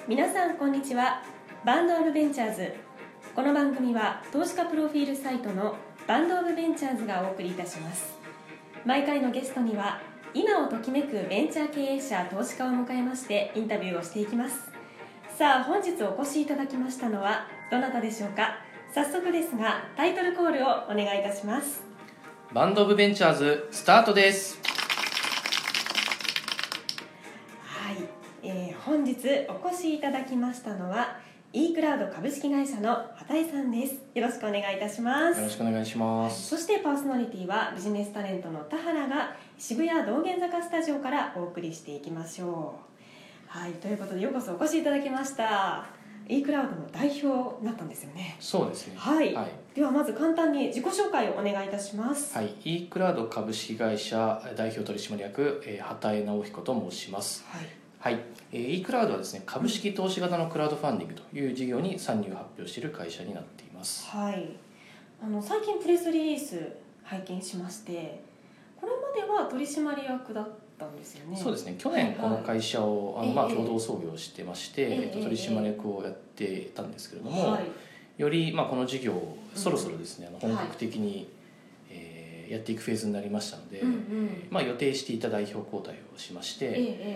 皆さんこんにちは。バンドオブベンチャーズ。この番組は投資家プロフィールサイトのバンドオブベンチャーズがお送りいたします。毎回のゲストには今をときめくベンチャー経営者投資家を迎えましてインタビューをしていきます。さあ本日お越しいただきましたのはどなたでしょうか。早速ですがタイトルコールをお願いいたします。 バンドオブベンチャーズスタートです。 はい、本日お越しいただきましたのは e クラウド株式会社の畑井さんです。よろしくお願いいたします。 よろしくお願いします。 そしてパーソナリティはビジネスタレントの田原が渋谷道玄坂スタジオからお送りしていきましょう。はい、ということでようこそお越しいただきました。e クラウドの代表になったんですよね。 そうですね。 はい、ではまず簡単に自己紹介をお願いいたします。 はい、e クラウド株式会社代表取締役畑井直彦と申します。はい、e クラウドはですね、株式投資型のクラウドファンディングという事業に参入発表している会社になっています。 はい、最近プレスリリース拝見しまして、これまでは取締役だったんですよね。 そうですね。去年この会社を、共同創業してまして、取締役をやっていたんですけれども、よりこの事業をそろそろですね、本格的に、やっていくフェーズになりましたので、予定していた代表交代をしまして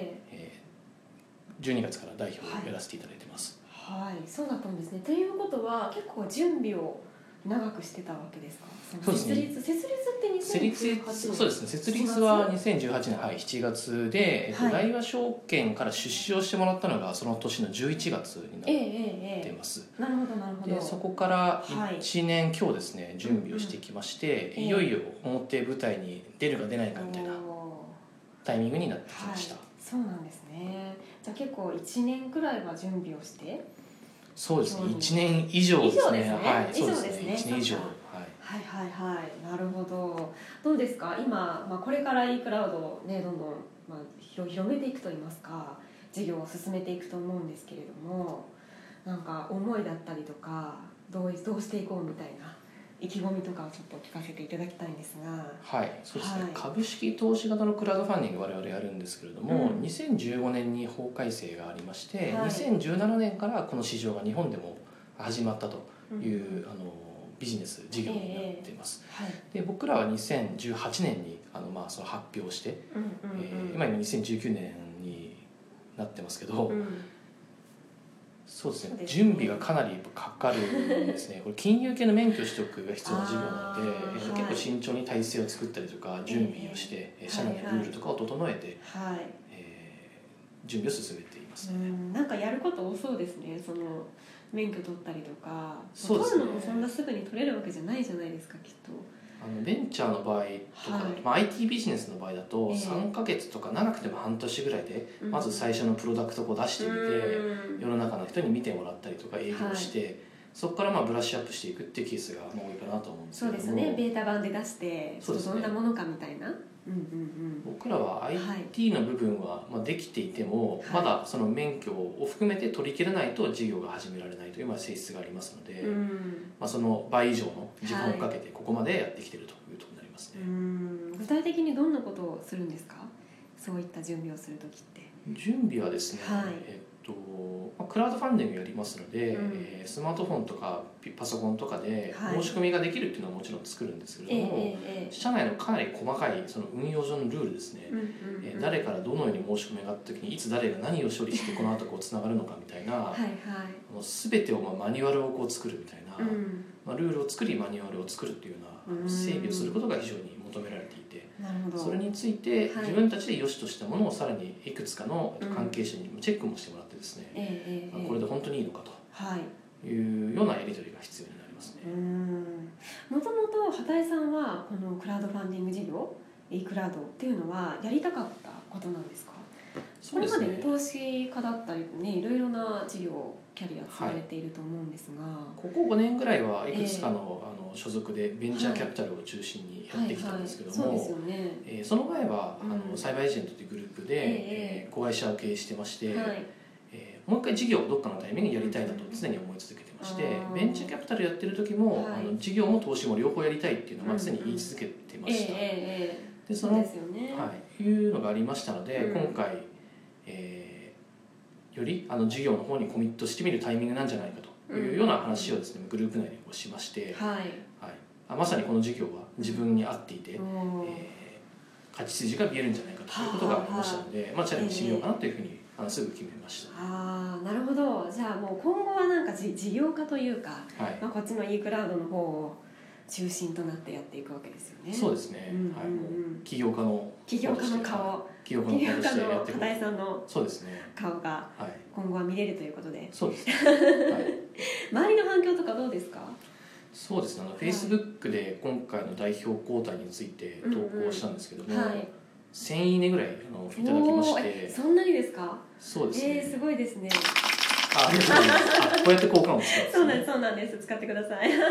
、12月から代表をやらせていただいてます。 はい、そうだったんですね。ということは結構準備を長くしてたわけですか。 そうですね。 設立って2018年。 そうですね。設立は2018年7月で、大和証券から出資をしてもらったのがその年の11月になっています。 なるほどなるほど。 でそこから1年今日ですね、準備をしてきまして、いよいよ表舞台に出るか出ないかみたいなタイミングになってきました。 そうなんですね。じゃあ結構1年くらいは準備をして。 そうですね。1年以上ですね。 はい、 そうですね。1年以上。 はいはいはい、なるほど。どうですか今、これから e クラウドをねどんどん、広めていくといいますか、事業を進めていくと思うんですけれども、なんか思いだったりとかどうしていこうみたいな意気込みとかをちょっと聞かせていただきたいんですが。 はい、そうですね。株式投資型のクラウドファンディング我々やるんですけれども、2015年に法改正がありまして、2017年からこの市場が日本でも始まったという、ビジネス事業になっています。で僕らは2018年にその発表して、今2019年になってますけど、そうですね、準備がかなりかかるんですね。これ金融系の免許取得が必要な事業なので、結構慎重に体制を作ったりとか準備をして、社内のルールとかを整えて、準備を進めていますね。 なんかやること多そうですね。その免許取ったりとか、 そうですね、 取るのもそんなすぐに取れるわけじゃないじゃないですか、きっと。 ベンチャーの場合とかだと、IT ビジネスの場合だと3ヶ月とか長くても半年ぐらいでまず最初のプロダクトを出してみて、世の中の人に見てもらったりとか営業して、そこからブラッシュアップしていくっていうケースが多いかなと思うんですけども。 そうですね。ベータ版で出してどんなものかみたいな。 僕らは IT の部分はできていても、まだその免許を含めて取り切らないと事業が始められないという性質がありますので、その倍以上の時間をかけてここまでやってきているというところになりますね。 具体的にどんなことをするんですか。そういった準備をするときって。 準備はですね、クラウドファンディングやりますので、スマートフォンとかパソコンとかで申し込みができるっていうのはもちろん作るんですけれども、社内のかなり細かいその運用上のルールですね、誰からどのように申し込みがあった時にいつ誰が何を処理してこの後つながるのかみたいな、全てをマニュアルを作るみたいな、ルールを作りマニュアルを作るっていうような整備をすることが非常に求められていて、それについて自分たちで良しとしたものをさらにいくつかの関係者にチェックもしてもらってですね、これで本当にいいのかというようなやり取りが必要になりますね。 もともと畑井さんはこのクラウドファンディング事業 e クラウドっていうのはやりたかったことなんですか。これまで投資家だったりね、いろいろな事業キャリア積まれていると思うんですが、 ここ5年ぐらいはいくつかの所属でベンチャーキャピタルを中心にやってきたんですけども、その前はサイバーエージェントというグループで子会社を経営してまして、もう一回事業をどっかのタイミングでやりたいなと常に思い続けてまして、ベンチャーキャピタルやってる時も事業も投資も両方やりたいっていうのは常に言い続けてました。いうのがありましたので、今回より事業の方にコミットしてみるタイミングなんじゃないかというような話をですね、グループ内でしまして、はい、まさにこの事業は自分に合っていて、勝ち筋が見えるんじゃないかということがありましたので、チャレンジしてみようかなというふうにすぐ決めました。 なるほど。じゃあもう今後はなんか事業化というか、こっちの e クラウドの方を中心となってやっていくわけですよね。 そうですね、起業家の顔、 起業家の片井さんの顔が今後は見れるということで、 そうですね、 周りの反響とかどうですか？ そうですね、Facebook で今回の代表交代について投稿したんですけども、1000いいねぐらいいただきまして。 そんなにですか？ そうですね、 すごいですね。 ありがとうございます。こうやって交換を使う、 そうなんです。使ってください。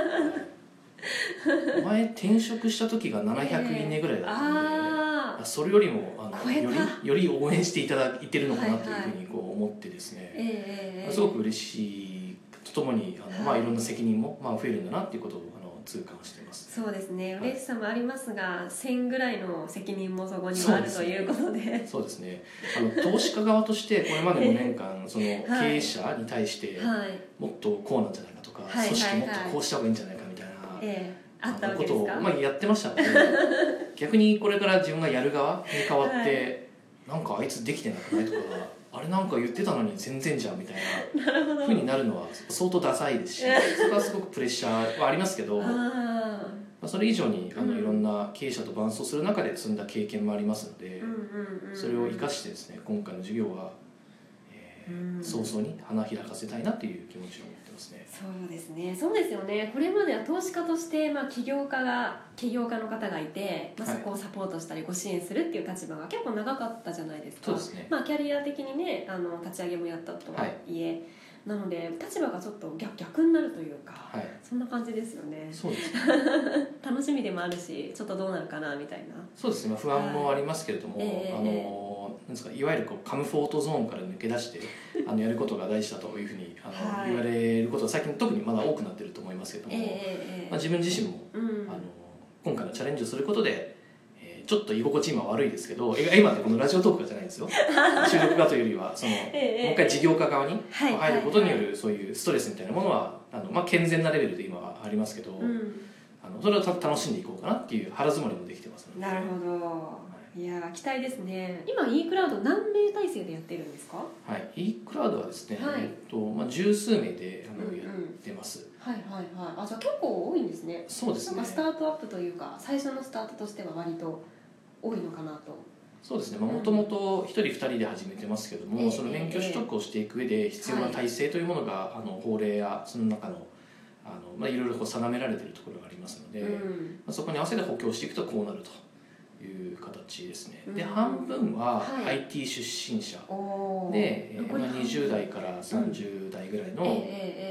前転職した時が700いいねぐらいだったので、それよりもより応援していただいてるのかなというふうに思ってですね、すごく嬉しいとともにいろんな責任も増えるんだなっていうことを痛感しています。 そうですね、嬉しさもありますが、1000ぐらいの責任もそこにはあるということで、 そうですね、投資家側としてこれまで5年間その経営者に対してもっとこうなんじゃないかとか、組織もっとこうした方がいいんじゃないかみたいなことをやってましたので、逆にこれから自分がやる側に変わって、なんかあいつできてなくないとか、あれなんか言ってたのに全然じゃんみたいな風になるのは相当ダサいですし、それはすごくプレッシャーはありますけど、それ以上にいろんな経営者と伴走する中で積んだ経験もありますので、それを生かしてですね、今回の授業は早々に花開かせたいなという気持ちを持ってますね。 そうですね、そうですよね。これまでは投資家として起業家の方がいて、そこをサポートしたりご支援するっていう立場が結構長かったじゃないですか。 そうですね、 キャリア的にね立ち上げもやったとはいえ、なので立場がちょっと逆になるというか、そんな感じですよね。 そうですね楽しみでもあるし、ちょっとどうなるかなみたいな。 そうですね、不安もありますけれども、なんですか、いわゆるカムフォートゾーンから抜け出してやることが大事だというふうに言われることは最近特にまだ多くなってると思いますけども、自分自身も、今回のチャレンジをすることで、ちょっと居心地今悪いですけど、今ってこのラジオトークじゃないんですよ収録がというよりはもう一回事業家側に入ることによるそういうストレスみたいなものは健全なレベルで今はありますけど、それを楽しんでいこうかなっていう腹積もりもできてますので。 なるほど、いや期待ですね。今 e クラウド何名体制でやってるんですか？ はい、e クラウドはですね、十数名でやってます。 じゃあ結構多いんですね。 そうですね、 なんかスタートアップというか最初のスタートとしては割と多いのかなと。 そうですね、もともと1人2人で始めてますけども、その免許取得をしていく上で必要な体制というものが、法令やその中のいろいろ定められているところがありますので、そこに合わせて補強していくとこうなるという形ですね。で、半分は IT 出身者で、20代から30代ぐらいの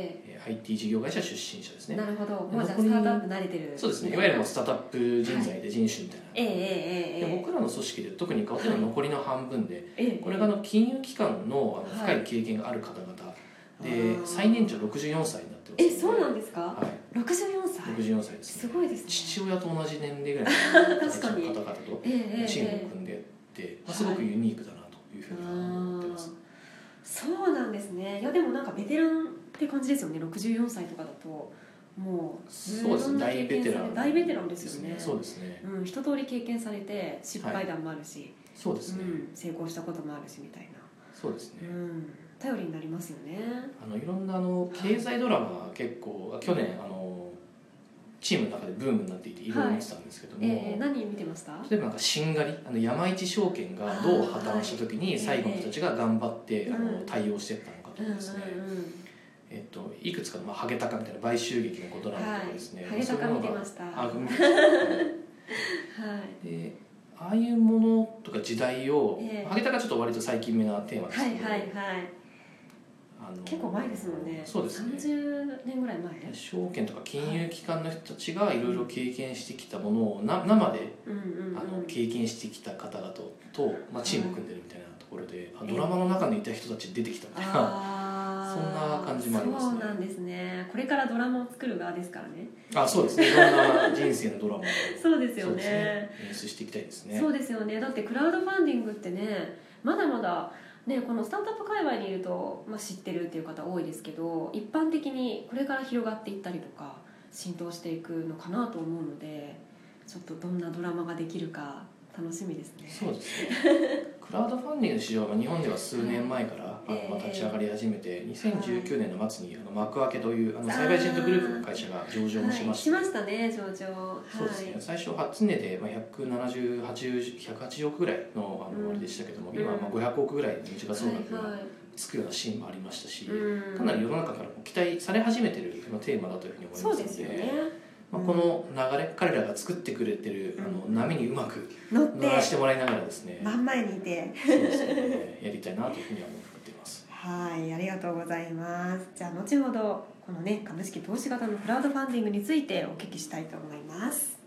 IT 事業会社出身者ですね。 なるほど、もうじゃあスタートアップ慣れてる。 そうですね、いわゆるスタートアップ人材で人種みたいな、で僕らの組織で特に変わっているのは残りの半分で、これが金融機関の深い経験がある方々で、最年長64歳になってます。 そうなんですか？64歳。 64歳ですね。 すごいですね。 父親と同じ年齢ぐらいの方々とチームを組んでて、すごくユニークだなというふうに思ってます。 そうなんですね。いやでもなんかベテランって感じですよね。64歳とかだともうそうですね、大ベテランですよね。 そうですね、 一通り経験されて失敗談もあるし、 そうですね、 成功したこともあるしみたいな。 そうですね、 頼りになりますよね。 いろんな経済ドラマが結構去年チームの中でブームになっていていろいろ見てたんですけども、 何見てました？ 例えばなんかしんがり山一証券がどう破綻した時に最後の人たちが頑張って対応していったのかとかですね、いくつかハゲタカみたいな買収劇のドラマとかですね、 ハゲタカ見てました。 でああいうものとか時代を、ハゲタカちょっと割と最近目なテーマですけど、 結構前ですもんね。 そうですね、 30年ぐらい前。 証券とか金融機関の人たちがいろいろ経験してきたものを生で経験してきた方々とチームを組んでるみたいなところで、ドラマの中にいた人たち出てきたみたいなそんな感じもありますね。 そうなんですね。これからドラマを作る側ですからね。 そうですね、いろんな人生のドラマをそうですよね、 演出していきたいですね。 そうですよね。だってクラウドファンディングってね、まだまだね、このスタートアップ界隈にいると、知ってるっていう方多いですけど、一般的にこれから広がっていったりとか浸透していくのかなと思うので、ちょっとどんなドラマができるか楽しみですね。 そうですねクラウドファンディングの市場は日本では数年前から立ち上がり始めて、2019年の末に幕開けというサイバーエージェントグループの会社が上場もしまして、 しましたね、上場。 そうですね、最初初値で180億ぐらいのあれでしたけども、今は500億ぐらいの時価総額がつくようなシーンもありましたし、かなり世の中からも期待され始めているテーマだというふうに思いますので、 そうですよね。 この流れ、彼らが作ってくれてる波にうまく乗らせてもらいながらですね、 真ん前にいてそうですね、やりたいなというふうには思っています。 はい、ありがとうございます。じゃあ後ほどこのね、株式投資型のクラウドファンディングについてお聞きしたいと思います。